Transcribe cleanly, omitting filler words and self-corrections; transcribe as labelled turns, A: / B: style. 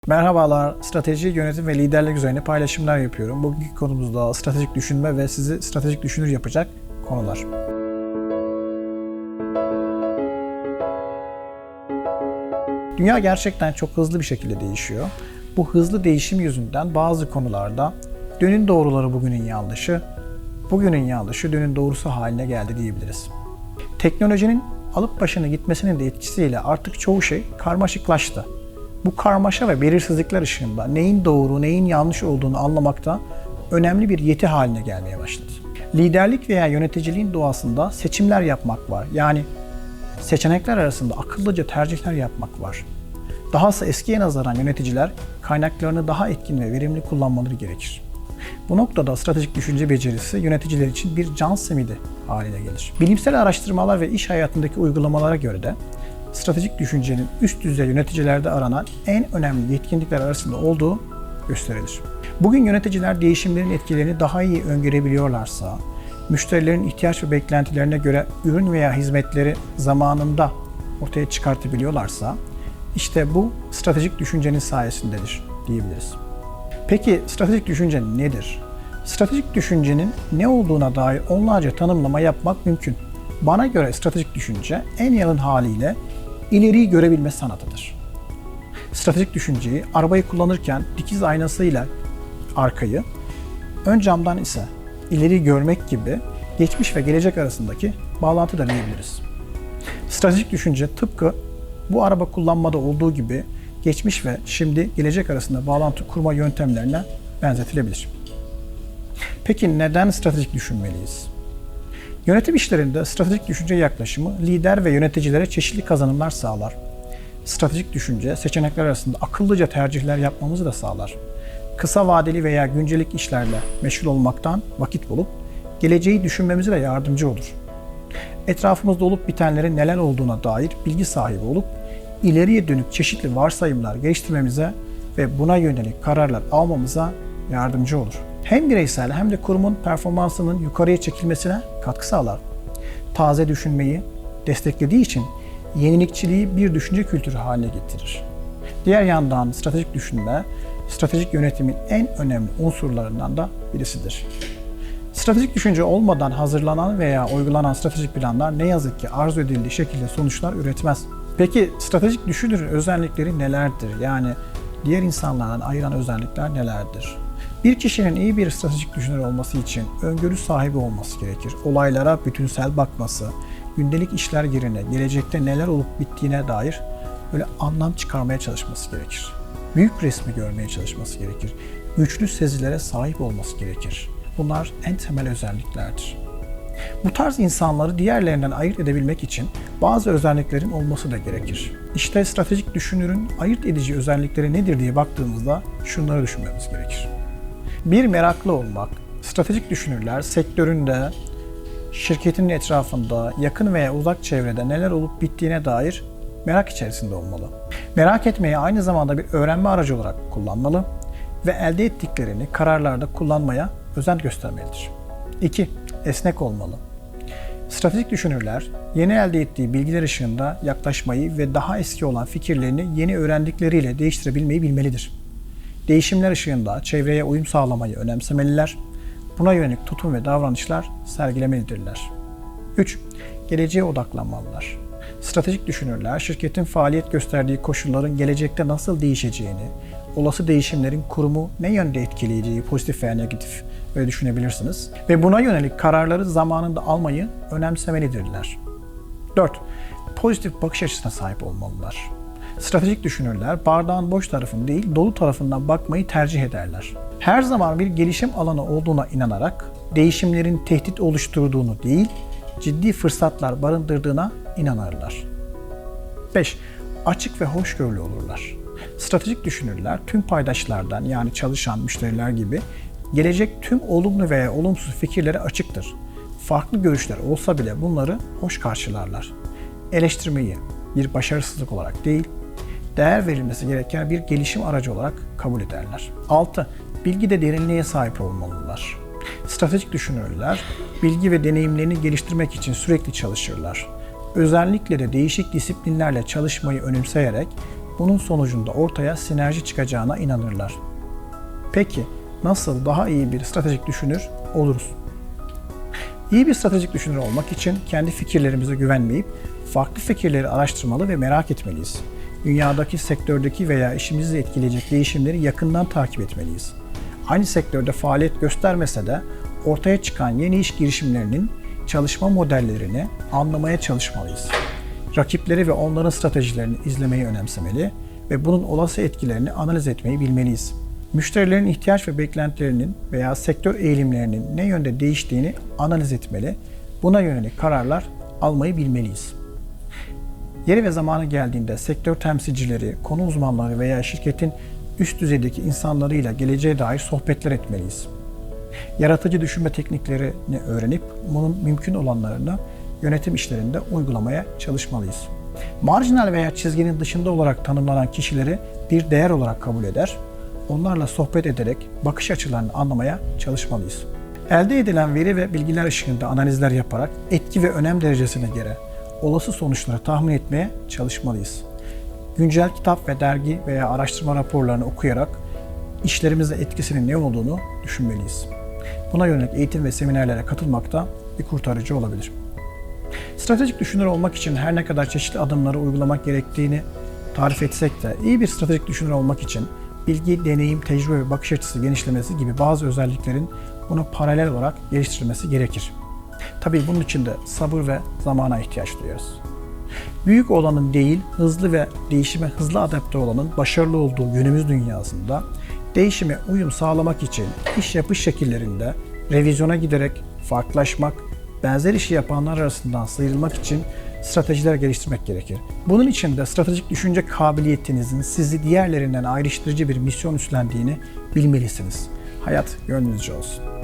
A: Merhabalar, strateji, yönetim ve liderlik üzerine paylaşımlar yapıyorum. Bugünkü konumuz da stratejik düşünme ve sizi stratejik düşünür yapacak konular. Dünya gerçekten çok hızlı bir şekilde değişiyor. Bu hızlı değişim yüzünden bazı konularda dünün doğruları bugünün yanlışı, bugünün yanlışı dünün doğrusu haline geldi diyebiliriz. Teknolojinin alıp başını gitmesinin de etkisiyle artık çoğu şey karmaşıklaştı. Bu karmaşa ve belirsizlikler ışığında neyin doğru, neyin yanlış olduğunu anlamakta önemli bir yeti haline gelmeye başladı. Liderlik veya yöneticiliğin doğasında seçimler yapmak var. Yani seçenekler arasında akıllıca tercihler yapmak var. Dahası eskiye nazaran yöneticiler kaynaklarını daha etkin ve verimli kullanmaları gerekir. Bu noktada stratejik düşünce becerisi yöneticiler için bir can simidi haline gelir. Bilimsel araştırmalar ve iş hayatındaki uygulamalara göre de stratejik düşüncenin üst düzey yöneticilerde aranan en önemli yetkinlikler arasında olduğu gösterilir. Bugün yöneticiler değişimlerin etkilerini daha iyi öngörebiliyorlarsa, müşterilerin ihtiyaç ve beklentilerine göre ürün veya hizmetleri zamanında ortaya çıkartabiliyorlarsa, işte bu stratejik düşüncenin sayesindedir diyebiliriz. Peki stratejik düşünce nedir? Stratejik düşüncenin ne olduğuna dair onlarca tanımlama yapmak mümkün. Bana göre stratejik düşünce en yalın haliyle ileriyi görebilme sanatıdır. Stratejik düşünceyi arabayı kullanırken dikiz aynasıyla arkayı, ön camdan ise ileri görmek gibi geçmiş ve gelecek arasındaki bağlantı da diyebiliriz. Stratejik düşünce tıpkı bu araba kullanmada olduğu gibi geçmiş ve şimdi gelecek arasında bağlantı kurma yöntemlerine benzetilebilir. Peki neden stratejik düşünmeliyiz? Yönetim işlerinde stratejik düşünce yaklaşımı lider ve yöneticilere çeşitli kazanımlar sağlar. Stratejik düşünce seçenekler arasında akıllıca tercihler yapmamızı da sağlar. Kısa vadeli veya güncelik işlerle meşgul olmaktan vakit bulup geleceği düşünmemize de yardımcı olur. Etrafımızda olup bitenlerin neler olduğuna dair bilgi sahibi olup ileriye dönük çeşitli varsayımlar geliştirmemize ve buna yönelik kararlar almamıza yardımcı olur. Hem bireysel hem de kurumun performansının yukarıya çekilmesine katkı sağlar. Taze düşünmeyi desteklediği için yenilikçiliği bir düşünce kültürü haline getirir. Diğer yandan stratejik düşünme, stratejik yönetimin en önemli unsurlarından da birisidir. Stratejik düşünce olmadan hazırlanan veya uygulanan stratejik planlar ne yazık ki arzu edildiği şekilde sonuçlar üretmez. Peki stratejik düşünürün özellikleri nelerdir? Yani diğer insanlardan ayıran özellikler nelerdir? Bir kişinin iyi bir stratejik düşünür olması için öngörü sahibi olması gerekir. Olaylara bütünsel bakması, gündelik işler yerine gelecekte neler olup bittiğine dair böyle anlam çıkarmaya çalışması gerekir. Büyük resmi görmeye çalışması gerekir. Güçlü sezilere sahip olması gerekir. Bunlar en temel özelliklerdir. Bu tarz insanları diğerlerinden ayırt edebilmek için bazı özelliklerin olması da gerekir. İşte stratejik düşünürün ayırt edici özellikleri nedir diye baktığımızda şunları düşünmemiz gerekir. Bir, meraklı olmak. Stratejik düşünürler sektöründe, şirketinin etrafında, yakın veya uzak çevrede neler olup bittiğine dair merak içerisinde olmalı. Merak etmeyi aynı zamanda bir öğrenme aracı olarak kullanmalı ve elde ettiklerini kararlarda kullanmaya özen göstermelidir. 2. Esnek olmalı. Stratejik düşünürler yeni elde ettiği bilgiler ışığında yaklaşmayı ve daha eski olan fikirlerini yeni öğrendikleriyle değiştirebilmeyi bilmelidir. Değişimler ışığında çevreye uyum sağlamayı önemsemeliler. Buna yönelik tutum ve davranışlar sergilemelidirler. 3. Geleceğe odaklanmalılar. Stratejik düşünürler, şirketin faaliyet gösterdiği koşulların gelecekte nasıl değişeceğini, olası değişimlerin kurumu ne yönde etkileyeceği pozitif veya negatif böyle düşünebilirsiniz. Ve buna yönelik kararları zamanında almayı önemsemelidirler. 4. Pozitif bakış açısına sahip olmalılar. Stratejik düşünürler bardağın boş tarafını değil dolu tarafından bakmayı tercih ederler. Her zaman bir gelişim alanı olduğuna inanarak değişimlerin tehdit oluşturduğunu değil, ciddi fırsatlar barındırdığına inanırlar. 5. Açık ve hoşgörülü olurlar. Stratejik düşünürler tüm paydaşlardan yani çalışan müşteriler gibi gelecek tüm olumlu veya olumsuz fikirlere açıktır. Farklı görüşler olsa bile bunları hoş karşılarlar. Eleştirmeyi bir başarısızlık olarak değil, değer verilmesi gereken bir gelişim aracı olarak kabul ederler. 6. Bilgide derinliğe sahip olmalılar. Stratejik düşünürler, bilgi ve deneyimlerini geliştirmek için sürekli çalışırlar. Özellikle de değişik disiplinlerle çalışmayı önemseyerek bunun sonucunda ortaya sinerji çıkacağına inanırlar. Peki nasıl daha iyi bir stratejik düşünür oluruz? İyi bir stratejik düşünür olmak için kendi fikirlerimize güvenmeyip farklı fikirleri araştırmalı ve merak etmeliyiz. Dünyadaki, sektördeki veya işimizi etkileyecek değişimleri yakından takip etmeliyiz. Aynı sektörde faaliyet göstermese de ortaya çıkan yeni iş girişimlerinin çalışma modellerini anlamaya çalışmalıyız. Rakipleri ve onların stratejilerini izlemeyi önemsemeli ve bunun olası etkilerini analiz etmeyi bilmeliyiz. Müşterilerin ihtiyaç ve beklentilerinin veya sektör eğilimlerinin ne yönde değiştiğini analiz etmeli, buna yönelik kararlar almayı bilmeliyiz. Yeri ve zamanı geldiğinde sektör temsilcileri, konu uzmanları veya şirketin üst düzeydeki insanlarıyla geleceğe dair sohbetler etmeliyiz. Yaratıcı düşünme tekniklerini öğrenip bunun mümkün olanlarını yönetim işlerinde uygulamaya çalışmalıyız. Marjinal veya çizginin dışında olarak tanımlanan kişileri bir değer olarak kabul eder, onlarla sohbet ederek bakış açılarını anlamaya çalışmalıyız. Elde edilen veri ve bilgiler ışığında analizler yaparak etki ve önem derecesine göre olası sonuçları tahmin etmeye çalışmalıyız. Güncel kitap ve dergi veya araştırma raporlarını okuyarak işlerimize etkisinin ne olduğunu düşünmeliyiz. Buna yönelik eğitim ve seminerlere katılmak da bir kurtarıcı olabilir. Stratejik düşünür olmak için her ne kadar çeşitli adımları uygulamak gerektiğini tarif etsek de iyi bir stratejik düşünür olmak için bilgi, deneyim, tecrübe ve bakış açısı genişlemesi gibi bazı özelliklerin buna paralel olarak geliştirilmesi gerekir. Tabii bunun için de sabır ve zamana ihtiyaç duyarız. Büyük olanın değil, hızlı ve değişime hızlı adapte olanın başarılı olduğu günümüz dünyasında değişime uyum sağlamak için iş yapış şekillerinde revizyona giderek farklılaşmak, benzer işi yapanlar arasından sıyrılmak için stratejiler geliştirmek gerekir. Bunun için de stratejik düşünce kabiliyetinizin sizi diğerlerinden ayrıştırıcı bir misyon üstlendiğini bilmelisiniz. Hayat gönlünüzce olsun.